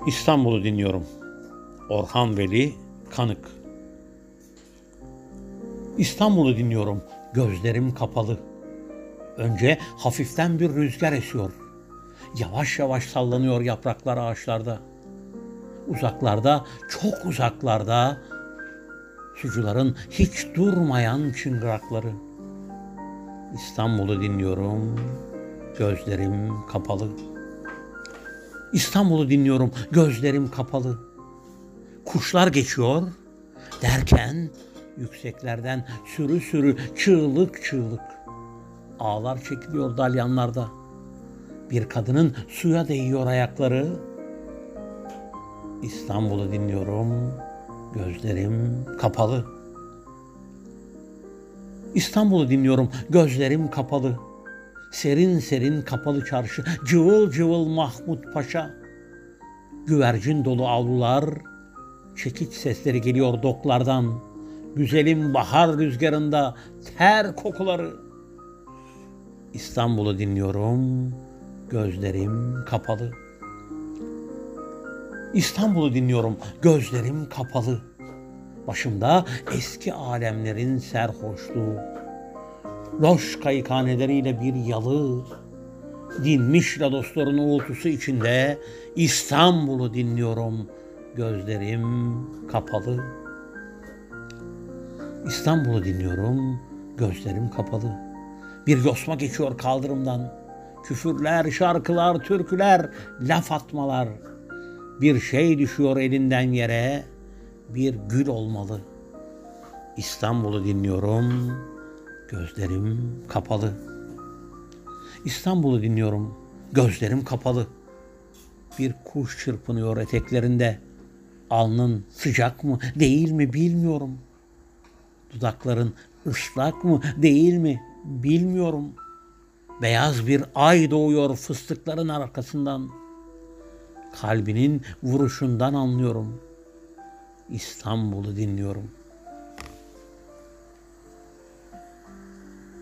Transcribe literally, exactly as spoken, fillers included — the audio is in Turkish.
İstanbul'u dinliyorum. Orhan Veli Kanık. İstanbul'u dinliyorum. Gözlerim kapalı. Önce hafiften bir rüzgar esiyor. Yavaş yavaş sallanıyor yapraklar ağaçlarda. Uzaklarda, çok uzaklarda sucuların hiç durmayan çıngırakları. İstanbul'u dinliyorum. Gözlerim kapalı. İstanbul'u dinliyorum. Gözlerim kapalı. Kuşlar geçiyor derken yükseklerden sürü sürü çığlık çığlık ağlar çekiliyor dalyanlarda. Bir kadının suya değiyor ayakları. İstanbul'u dinliyorum. Gözlerim kapalı. İstanbul'u dinliyorum. Gözlerim kapalı. Serin serin kapalı çarşı, cıvıl cıvıl Mahmut Paşa. Güvercin dolu avlular, çekiç sesleri geliyor doklardan. Güzelim bahar rüzgarında ter kokuları. İstanbul'u dinliyorum, gözlerim kapalı. İstanbul'u dinliyorum, gözlerim kapalı. Başımda eski alemlerin serhoşluğu. Loş kayıkhaneleriyle bir yalı, dinmiş ladosların uğultusu içinde İstanbul'u dinliyorum, gözlerim kapalı. İstanbul'u dinliyorum, gözlerim kapalı. Bir yosma geçiyor kaldırımdan. Küfürler, şarkılar, türküler, laf atmalar. Bir şey düşüyor elinden yere, bir gül olmalı. İstanbul'u dinliyorum, gözlerim kapalı. İstanbul'u dinliyorum, gözlerim kapalı. Bir kuş çırpınıyor eteklerinde. Alnın sıcak mı, değil mi bilmiyorum. Dudakların ıslak mı, değil mi bilmiyorum. Beyaz bir ay doğuyor fıstıkların arkasından. Kalbinin vuruşundan anlıyorum. İstanbul'u dinliyorum.